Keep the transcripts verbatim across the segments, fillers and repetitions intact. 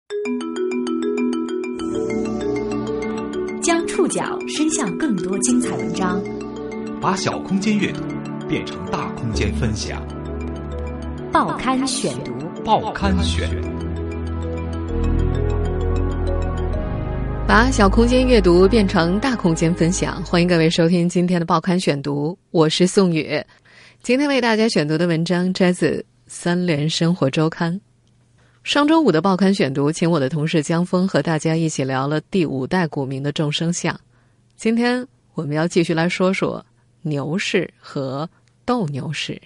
将触角伸向更多精彩文章， 把小空间阅读变成大空间分享。 报刊选读， 报刊选。 把小空间阅读变成大空间分享，欢迎各位收听今天的报刊选读，我是宋宇。今天为大家选读的文章摘自三联生活周刊。上周五的报刊选读，请我的同事江峰和大家一起聊了第五代股民的众生相。今天我们要继续来说说牛市和斗牛市。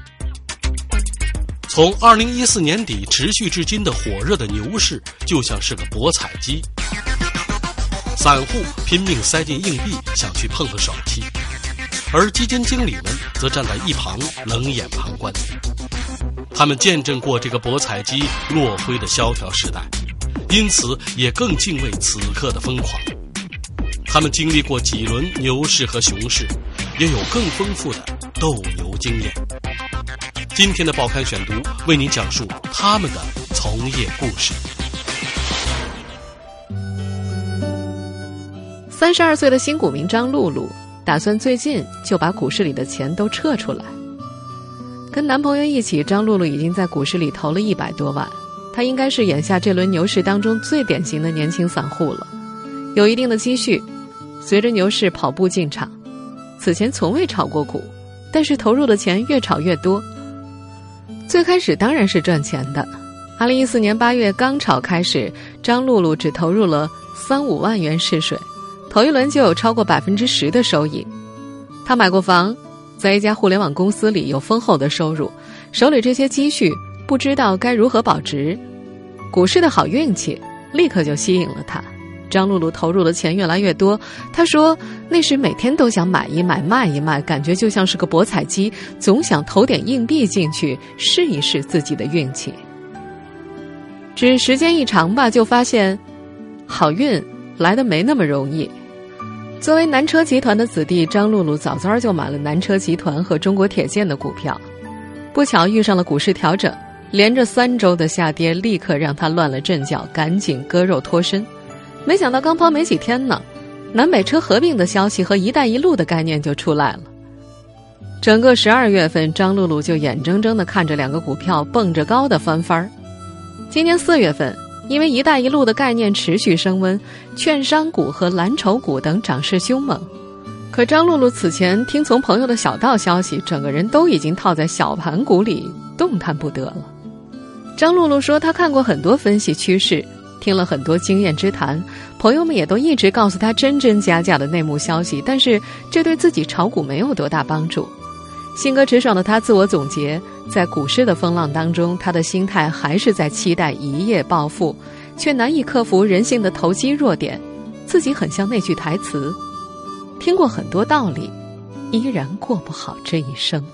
从二零一四年底持续至今的火热的牛市，就像是个博彩机，散户拼命塞进硬币，想去碰碰手气，而基金经理们则站在一旁冷眼旁观。他们见证过这个博彩机落灰的萧条时代，因此也更敬畏此刻的疯狂。他们经历过几轮牛市和熊市，也有更丰富的斗牛经验。今天的报刊选读为您讲述他们的从业故事。 三十二岁的新股民张露露打算最近就把股市里的钱都撤出来。跟男朋友一起，张露露已经在股市里投了一百多万，她应该是眼下这轮牛市当中最典型的年轻散户了，有一定的积蓄，随着牛市跑步进场。此前从未炒过股，但是投入的钱越炒越多。最开始当然是赚钱的。二零一四年八月刚炒开始，张露露只投入了三五万元试水，头一轮就有超过百分之十的收益。她买过房，在一家互联网公司里有丰厚的收入，手里这些积蓄不知道该如何保值。股市的好运气立刻就吸引了她，张露露投入的钱越来越多。她说那时每天都想买一买卖一卖，感觉就像是个博彩机，总想投点硬币进去试一试自己的运气。只时间一长吧，就发现好运来得没那么容易。作为南车集团的子弟，张露露早早就买了南车集团和中国铁建的股票，不巧遇上了股市调整，连着三周的下跌立刻让他乱了阵脚，赶紧割肉脱身。没想到刚抛没几天呢，南北车合并的消息和一带一路的概念就出来了。整个十二月份，张露露就眼睁睁地看着两个股票蹦着高的翻番。今年四月份，因为一带一路的概念持续升温，券商股和蓝筹股等涨势凶猛。可张露露此前听从朋友的小道消息，整个人都已经套在小盘股里，动弹不得了。张露露说她看过很多分析趋势，听了很多经验之谈，朋友们也都一直告诉她真真假假的内幕消息，但是这对自己炒股没有多大帮助。性格直爽的她自我总结，在股市的风浪当中，她的心态还是在期待一夜暴富，却难以克服人性的投机弱点。自己很像那句台词，听过很多道理，依然过不好这一生。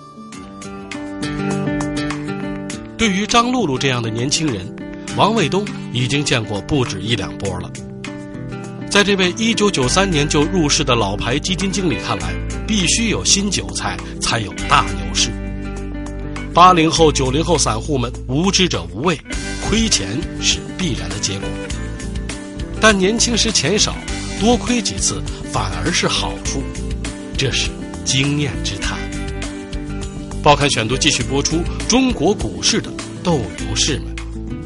对于张露露这样的年轻人，王卫东已经见过不止一两波了。在这位一九九三年就入市的老牌基金经理看来，必须有新韭菜才有大牛市。八零后九零后散户们无知者无畏，亏钱是必然的结果，但年轻时钱少，多亏几次反而是好处，这是经验之谈。报刊选读继续播出中国股市的斗牛士们。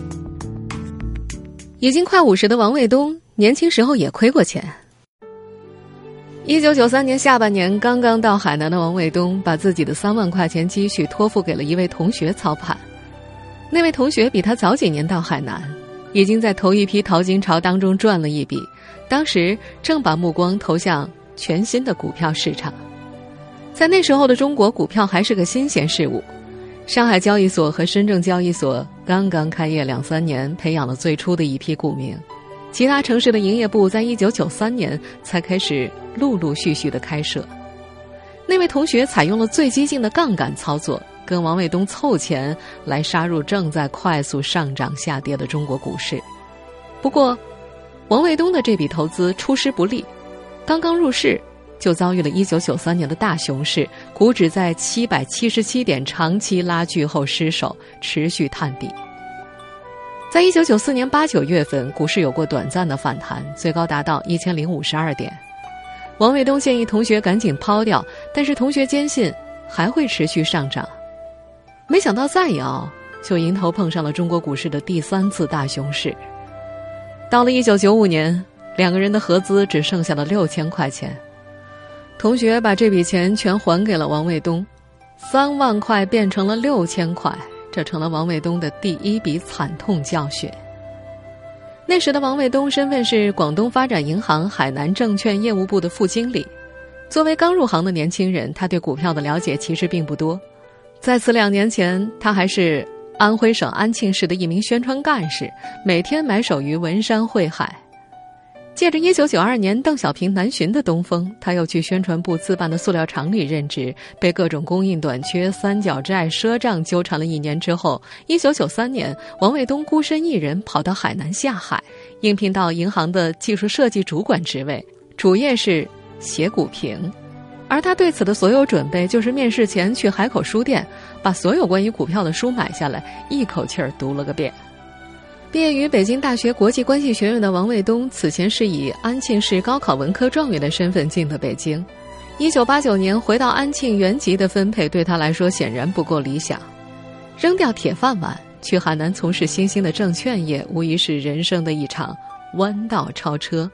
已经快五十的王卫东年轻时候也亏过钱。一九九三年下半年，刚刚到海南的王卫东把自己的三万块钱积蓄托付给了一位同学操盘。那位同学比他早几年到海南，已经在头一批淘金潮当中赚了一笔，当时正把目光投向全新的股票市场。在那时候的中国，股票还是个新鲜事物。上海交易所和深圳交易所刚刚开业两三年，培养了最初的一批股民。其他城市的营业部在一九九三年才开始陆陆续续的开设。那位同学采用了最激进的杠杆操作，跟王卫东凑钱来杀入正在快速上涨下跌的中国股市。不过王卫东的这笔投资出师不利，刚刚入市就遭遇了一九九三年的大熊市，股指在七百七十七点长期拉锯后失守，持续探底。 在一九九四年八九月份，股市有过短暂的反弹，最高达到一千零五十二点。王卫东建议同学赶紧抛掉，但是同学坚信还会持续上涨。没想到再一熬，就迎头碰上了中国股市的第三次大熊市。到了一九九五年，两个人的合资只剩下了六千块钱。同学把这笔钱全还给了王卫东，三万块变成了六千块，这成了王卫东的第一笔惨痛教训。那时的王卫东身份是广东发展银行海南证券业务部的副经理。作为刚入行的年轻人，他对股票的了解其实并不多。在此两年前，他还是安徽省安庆市的一名宣传干事，每天埋首于文山会海。借着一九九二年邓小平南巡的东风，他又去宣传部自办的塑料厂里任职，被各种供应短缺、三角债、赊账纠缠了一年之后，一九九三年，王卫东孤身一人跑到海南下海，应聘到银行的技术设计主管职位，主业是写股评。而他对此的所有准备，就是面试前去海口书店，把所有关于股票的书买下来，一口气儿读了个遍。毕业于北京大学国际关系学院的王卫东，此前是以安庆市高考文科状元的身份进的北京。一九八九年回到安庆原籍的分配对他来说显然不够理想，扔掉铁饭碗，去海南从事新兴的证券业，无疑是人生的一场弯道超车。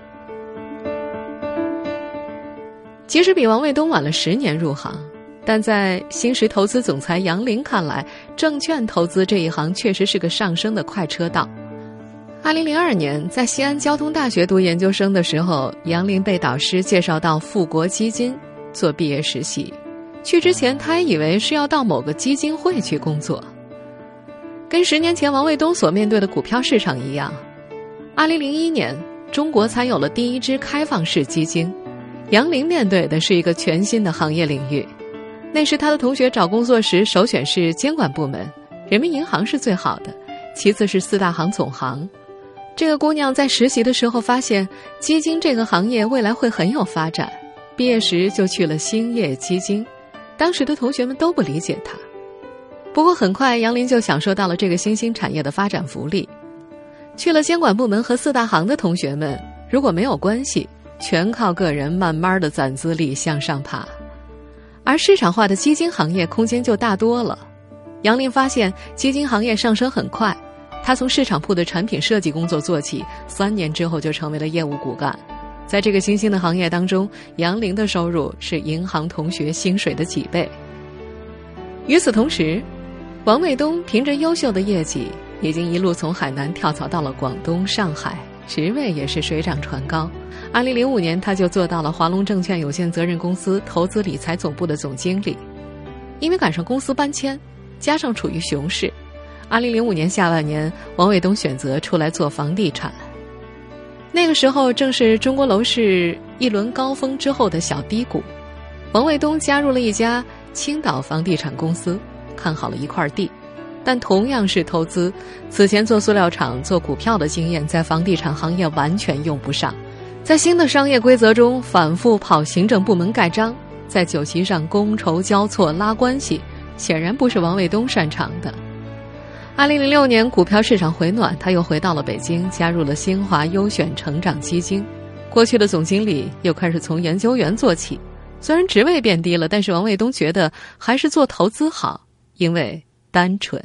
即使比王卫东晚了十年入行，但在新时投资总裁杨林看来，证券投资这一行确实是个上升的快车道。二零零二年，在西安交通大学读研究生的时候，杨林被导师介绍到富国基金做毕业实习。去之前，他还以为是要到某个基金会去工作。跟十年前王卫东所面对的股票市场一样，二零零一年，中国才有了第一支开放式基金。杨林面对的是一个全新的行业领域。那时他的同学找工作时，首选是监管部门，人民银行是最好的，其次是四大行总行。这个姑娘在实习的时候发现，基金这个行业未来会很有发展，毕业时就去了兴业基金。当时的同学们都不理解她。不过很快，杨林就享受到了这个新兴产业的发展福利。去了监管部门和四大行的同学们，如果没有关系，全靠个人慢慢的攒资历向上爬。而市场化的基金行业空间就大多了。杨林发现基金行业上升很快，他从市场部的产品设计工作做起，三年之后就成为了业务骨干。在这个新兴的行业当中，杨林的收入是银行同学薪水的几倍。与此同时，王卫东凭着优秀的业绩，已经一路从海南跳槽到了广东、上海，职位也是水涨船高。二零零五年，他就做到了华龙证券有限责任公司投资理财总部的总经理。因为赶上公司搬迁，加上处于熊市，二零零五年下半年，王卫东选择出来做房地产。那个时候正是中国楼市一轮高峰之后的小低谷，王卫东加入了一家青岛房地产公司，看好了一块地。但同样是投资，此前做塑料厂、做股票的经验在房地产行业完全用不上。在新的商业规则中反复跑行政部门盖章，在酒席上觥筹交错拉关系，显然不是王卫东擅长的。二零零六年股票市场回暖，他又回到了北京，加入了新华优选成长基金。过去的总经理又开始从研究员做起，虽然职位变低了，但是王卫东觉得还是做投资好，因为单纯。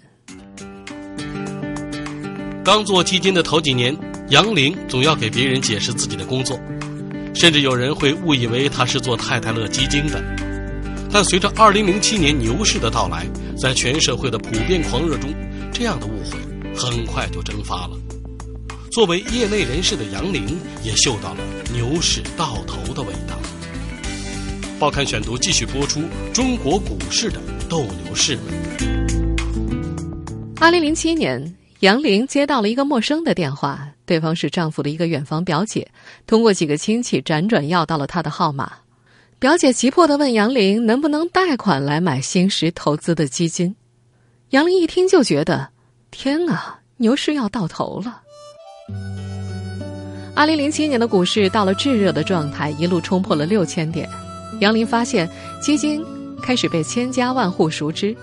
刚做基金的头几年，杨林总要给别人解释自己的工作，甚至有人会误以为他是做泰泰乐基金的。但随着二零零七年牛市的到来，在全社会的普遍狂热中，这样的误会很快就蒸发了。作为业内人士的杨林也嗅到了牛市到头的味道。报刊选读继续播出中国股市的斗牛士们。 二零零七年，杨林接到了一个陌生的电话，对方是丈夫的一个远房表姐，通过几个亲戚辗转要到了他的号码。表姐急迫地问杨林能不能贷款来买新时投资的基金。杨林一听就觉得，天啊，牛市要到头了。二零零七年的股市到了炙热的状态，一路冲破了六千点。杨林发现基金开始被千家万户熟知，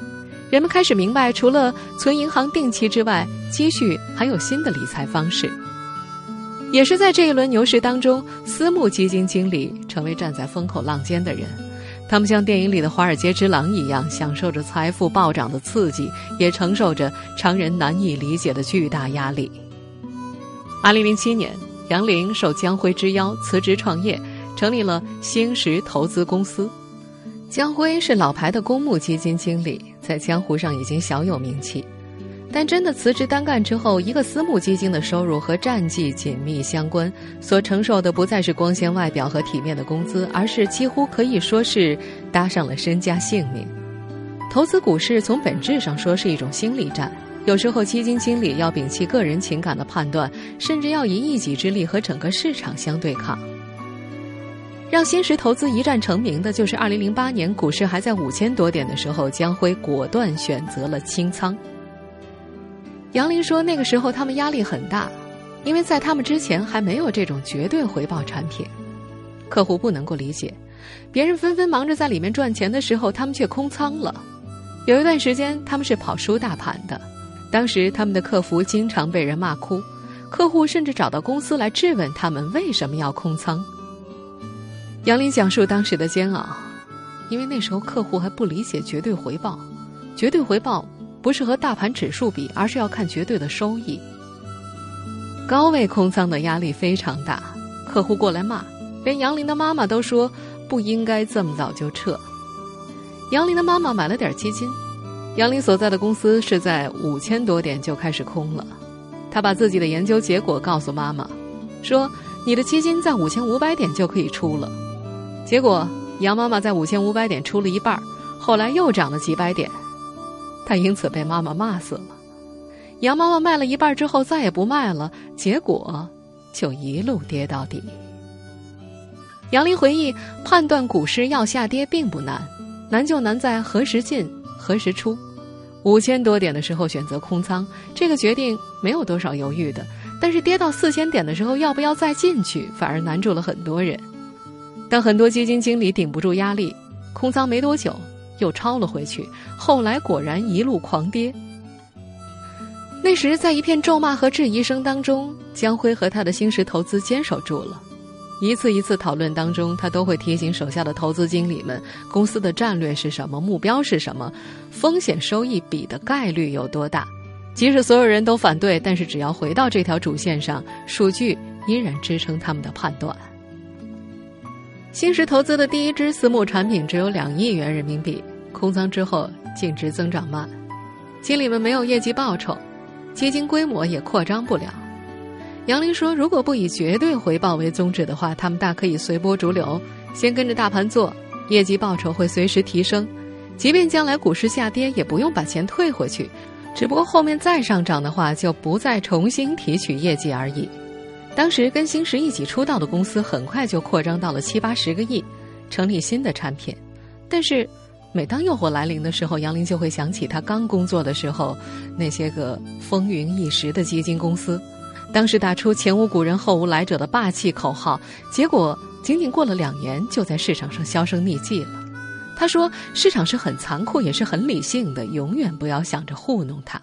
人们开始明白，除了存银行定期之外，积蓄还有新的理财方式。也是在这一轮牛市当中，私募基金经理成为站在风口浪尖的人。他们像电影里的华尔街之狼一样，享受着财富暴涨的刺激，也承受着常人难以理解的巨大压力。二零零七年，杨林受江辉之邀辞职创业，成立了兴实投资公司。江辉是老牌的公募基金经理，在江湖上已经小有名气。但真的辞职单干之后，一个私募基金的收入和战绩紧密相关，所承受的不再是光鲜外表和体面的工资，而是几乎可以说是搭上了身家性命。投资股市从本质上说是一种心理战，有时候基金经理要摒弃个人情感的判断，甚至要以一己之力和整个市场相对抗。让新石投资一战成名的就是二零零八年股市还在五千多点的时候，江辉果断选择了清仓。杨林说，那个时候他们压力很大，因为在他们之前还没有这种绝对回报产品。客户不能够理解，别人纷纷忙着在里面赚钱的时候，他们却空仓了。有一段时间他们是跑输大盘的，当时他们的客服经常被人骂哭，客户甚至找到公司来质问他们为什么要空仓。杨林讲述当时的煎熬，因为那时候客户还不理解绝对回报，绝对回报不是和大盘指数比，而是要看绝对的收益。高位空仓的压力非常大，客户过来骂，连杨林的妈妈都说不应该这么早就撤。杨林的妈妈买了点基金，杨林所在的公司是在五千多点就开始空了。他把自己的研究结果告诉妈妈，说你的基金在五千五百点就可以出了。结果杨妈妈在五千五百点出了一半，后来又涨了几百点，他因此被妈妈骂死了。杨妈妈卖了一半之后再也不卖了，结果就一路跌到底。杨林回忆，判断股市要下跌并不难，难就难在何时进何时出。五千多点的时候选择空仓，这个决定没有多少犹豫的，但是跌到四千点的时候要不要再进去，反而难住了很多人。但很多基金经理顶不住压力，空仓没多久又抄了回去，后来果然一路狂跌。那时在一片咒骂和质疑声当中，江辉和他的兴实投资坚守住了。一次一次讨论当中，他都会提醒手下的投资经理们，公司的战略是什么，目标是什么，风险收益比的概率有多大。即使所有人都反对，但是只要回到这条主线上，数据依然支撑他们的判断。兴实投资的第一支私募产品只有两亿元人民币，空仓之后净值增长慢，经理们没有业绩报酬，基金规模也扩张不了。杨林说，如果不以绝对回报为宗旨的话，他们大可以随波逐流，先跟着大盘做，业绩报酬会随时提升，即便将来股市下跌也不用把钱退回去，只不过后面再上涨的话就不再重新提取业绩而已。当时跟兴实一起出道的公司很快就扩张到了七八十个亿，成立新的产品。但是每当诱惑来临的时候，杨林就会想起他刚工作的时候那些个风云一时的基金公司，当时打出前无古人后无来者的霸气口号，结果仅仅过了两年就在市场上销声匿迹了。他说，市场是很残酷也是很理性的，永远不要想着糊弄它。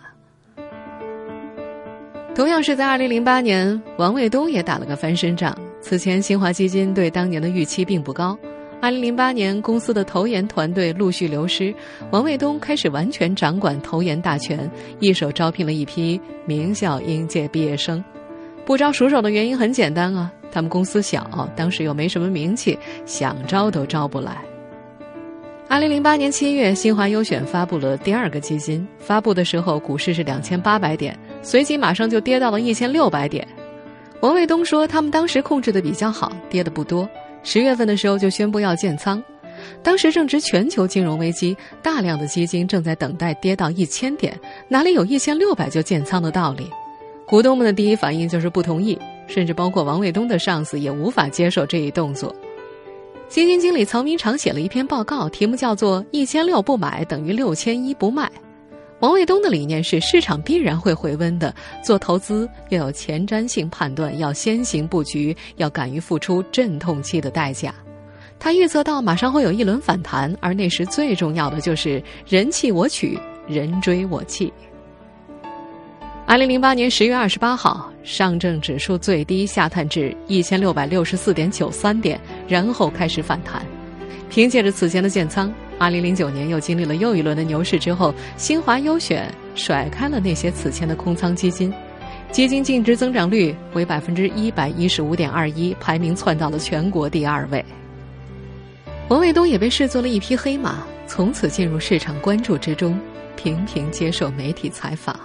同样是在二零零八年，王卫东也打了个翻身仗。此前新华基金对当年的预期并不高，二零零八年公司的投研团队陆续流失，王卫东开始完全掌管投研大权，一手招聘了一批名校应届毕业生。不招熟手的原因很简单啊，他们公司小，当时又没什么名气，想招都招不来。二零零八年七月，新华优选发布了第二个基金，发布的时候股市是两千八百点，随即马上就跌到了一千六百点。王卫东说，他们当时控制的比较好，跌的不多，十月份的时候就宣布要建仓。当时正值全球金融危机，大量的基金正在等待跌到一千点，哪里有一千六百就建仓的道理？股东们的第一反应就是不同意，甚至包括王卫东的上司也无法接受这一动作。基金经理曹明常写了一篇报告，题目叫做一千六不买等于六千一不卖。王卫东的理念是市场必然会回温的，做投资要有前瞻性判断，要先行布局，要敢于付出阵痛期的代价。他预测到马上会有一轮反弹，而那时最重要的就是人气我取， 人追我泣。二零零八年十月二十八号，上证指数最低下探至一千六百六十四点九三点，然后开始反弹。凭借着此前的建仓，二零零九年又经历了又一轮的牛市之后，新华优选甩开了那些此前的空仓基金，基金净值增长率为百分之一百一十五点二一，排名窜到了全国第二位。王卫东也被视作了一匹黑马，从此进入市场关注之中，频频接受媒体采访。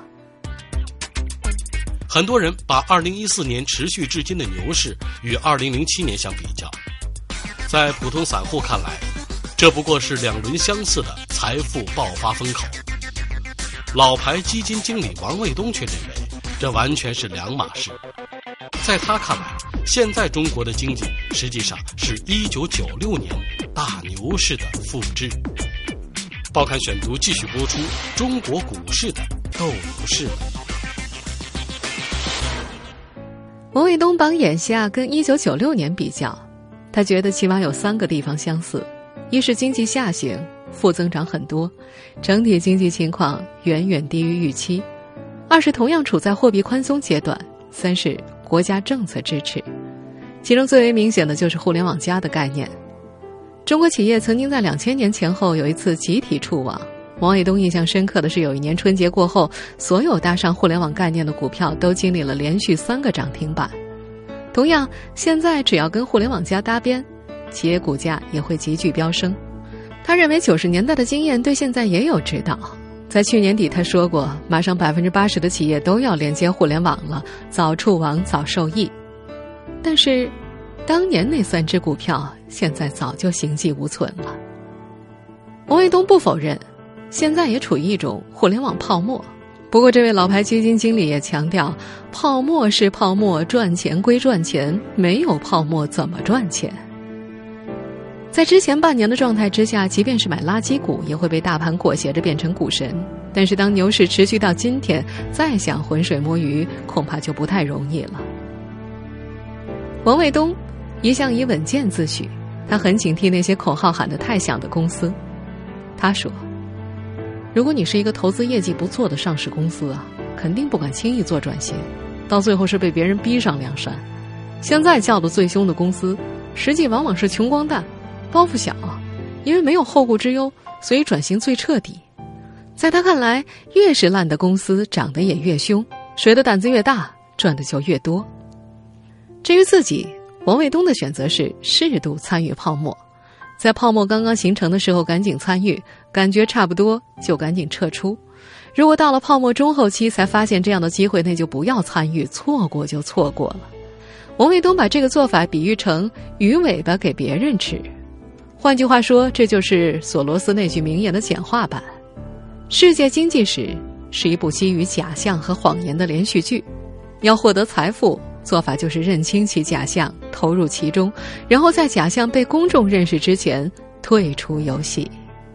很多人把二零一四年持续至今的牛市与二零零七年相比较，在普通散户看来，这不过是两轮相似的财富爆发风口。老牌基金经理王卫东却认为，这完全是两码事。在他看来，现在中国的经济实际上是一九九六年大牛市的复制。报刊选读继续播出中国股市的斗牛士们。 王卫东把眼下跟一九九六年比较，他觉得起码有三个地方相似：一是经济下行，负增长很多，整体经济情况远远低于预期；二是同样处在货币宽松阶段；三是国家政策支持。其中最为明显的就是互联网加的概念。中国企业曾经在两千年前后有一次集体触网。王卫东印象深刻的是，有一年春节过后，所有搭上互联网概念的股票都经历了连续三个涨停板。同样，现在只要跟互联网加搭边，企业股价也会急剧飙升。他认为九十年代的经验对现在也有指导。在去年底他说过，马上 百分之八十 的企业都要连接互联网了，早触网早受益。但是当年那三只股票现在早就形迹无存了。王卫东不否认现在也处于一种互联网泡沫，不过这位老牌基金经理也强调，泡沫是泡沫，赚钱归赚钱，没有泡沫怎么赚钱。在之前半年的状态之下，即便是买垃圾股也会被大盘裹挟着变成股神，但是当牛市持续到今天，再想浑水摸鱼恐怕就不太容易了。王卫东一向以稳健自诩，他很警惕那些口号喊得太响的公司。他说，如果你是一个投资业绩不错的上市公司啊，肯定不敢轻易做转型，到最后是被别人逼上梁山。现在叫的最凶的公司，实际往往是穷光蛋，包袱小，因为没有后顾之忧，所以转型最彻底。在他看来，越是烂的公司长得也越凶，谁的胆子越大，赚的就越多。至于自己，王卫东的选择是适度参与泡沫，在泡沫刚刚形成的时候赶紧参与，感觉差不多就赶紧撤出。如果到了泡沫中后期才发现这样的机会，那就不要参与，错过就错过了。王卫东把这个做法比喻成鱼尾巴给别人吃，换句话说，这就是索罗斯那句名言的简化版。世界经济史是一部基于假象和谎言的连续剧，要获得财富，做法就是认清其假象，投入其中，然后在假象被公众认识之前退出游戏。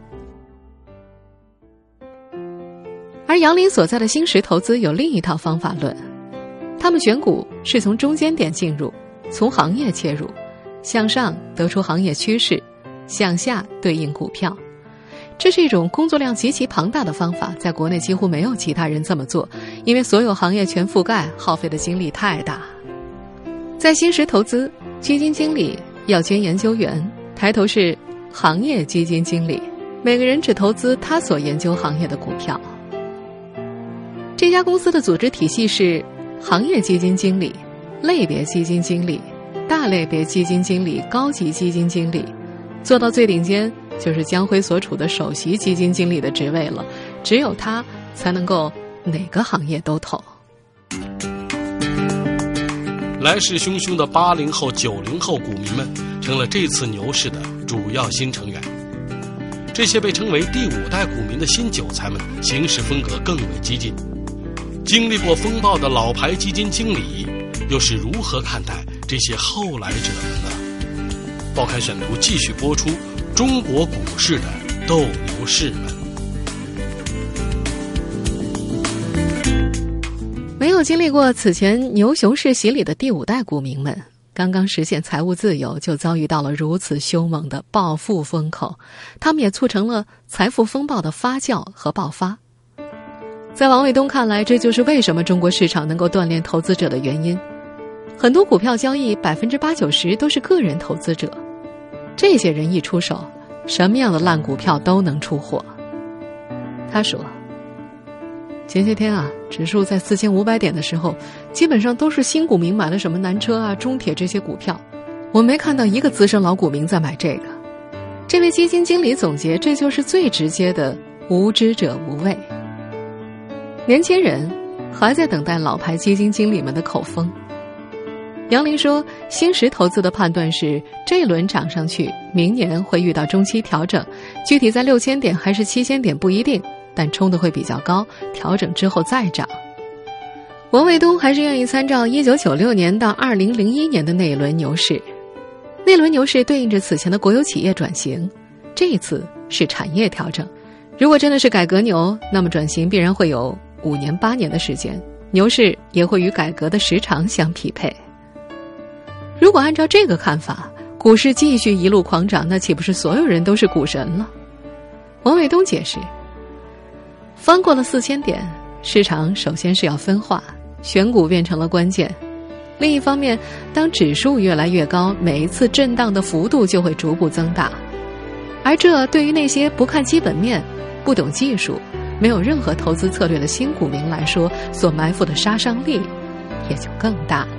而杨林所在的新石投资有另一套方法论，他们选股是从中间点进入，从行业切入，向上得出行业趋势，向下对应股票。这是一种工作量极其庞大的方法，在国内几乎没有其他人这么做，因为所有行业全覆盖，耗费的精力太大。在新石投资，基金经理要兼研究员，抬头是行业基金经理，每个人只投资他所研究行业的股票。这家公司的组织体系是行业基金经理、类别基金经理、大类别基金经理、高级基金经理，做到最顶尖就是江辉所处的首席基金经理的职位了，只有他才能够哪个行业都投。 来势汹汹的八零后、九零后股民们成了这次牛市的主要新成员。这些被称为第五代股民的新韭菜们，行事风格更为激进。经历过风暴的老牌基金经理又是如何看待这些后来者的呢？报刊选读继续播出中国股市的斗牛士们。 没有经历过此前牛熊市洗礼的第五代股民们，刚刚实现财务自由就遭遇到了如此凶猛的暴富风口，他们也促成了财富风暴的发酵和爆发。 在王卫东看来，这就是为什么中国市场能够锻炼投资者的原因。很多股票交易百分之八九十都是个人投资者，这些人一出手，什么样的烂股票都能出货。他说，前些天啊，指数在四千五百点的时候，基本上都是新股民买了什么南车啊、中铁这些股票，我没看到一个资深老股民在买这个。这位基金经理总结，这就是最直接的无知者无畏。年轻人还在等待老牌基金经理们的口风。杨林说，新时投资的判断是，这轮涨上去，明年会遇到中期调整，具体在六千点还是七千点不一定，但冲的会比较高，调整之后再涨。王卫东还是愿意参照一九九六年到二零零一年的那一轮牛市，那轮牛市对应着此前的国有企业转型，这一次是产业调整。如果真的是改革牛，那么转型必然会有五年八年的时间，牛市也会与改革的时长相匹配。如果按照这个看法，股市继续一路狂涨，那岂不是所有人都是股神了？王卫东解释，翻过了四千点，市场首先是要分化，选股变成了关键。另一方面，当指数越来越高，每一次震荡的幅度就会逐步增大，而这对于那些不看基本面、不懂技术、没有任何投资策略的新股民来说，所埋伏的杀伤力也就更大了。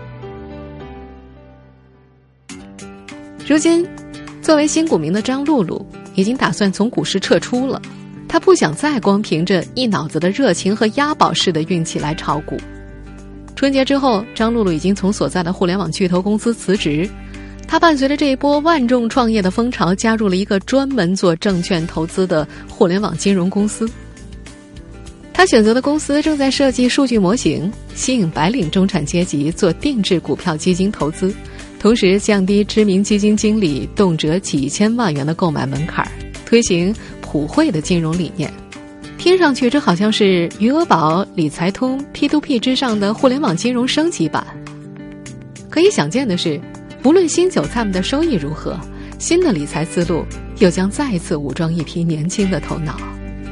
如今，作为新股民的张露露已经打算从股市撤出了，她不想再光凭着一脑子的热情和押宝式的运气来炒股。春节之后，张露露已经从所在的互联网巨头公司辞职，她伴随着这一波万众创业的风潮，加入了一个专门做证券投资的互联网金融公司。她选择的公司正在设计数据模型，吸引白领中产阶级做定制股票基金投资，同时降低知名基金经理动辄几千万元的购买门槛，推行普惠的金融理念。听上去这好像是余额宝、理财通 P to P 之上的互联网金融升级版。可以想见的是，无论新韭菜们的收益如何，新的理财思路又将再一次武装一批年轻的头脑。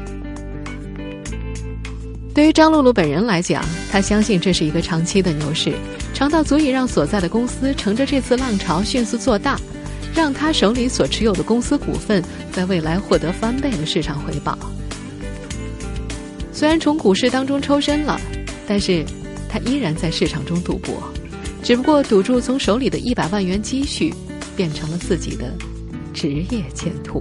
对于张露露本人来讲，她相信这是一个长期的牛市，长到足以让所在的公司乘着这次浪潮迅速做大，让她手里所持有的公司股份在未来获得翻倍的市场回报。虽然从股市当中抽身了，但是他依然在市场中赌博，只不过赌注从手里的一百万元积蓄变成了自己的职业前途。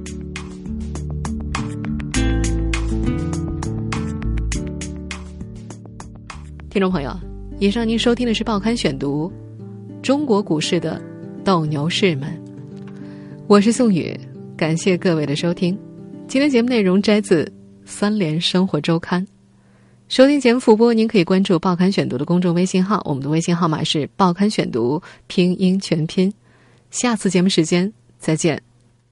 听众朋友，以上您收听的是报刊选读中国股市的斗牛士们，我是宋宇，感谢各位的收听。今天节目内容摘自三联生活周刊。收听节目复播，您可以关注报刊选读的公众微信号，我们的微信号码是报刊选读拼音全拼。下次节目时间再见。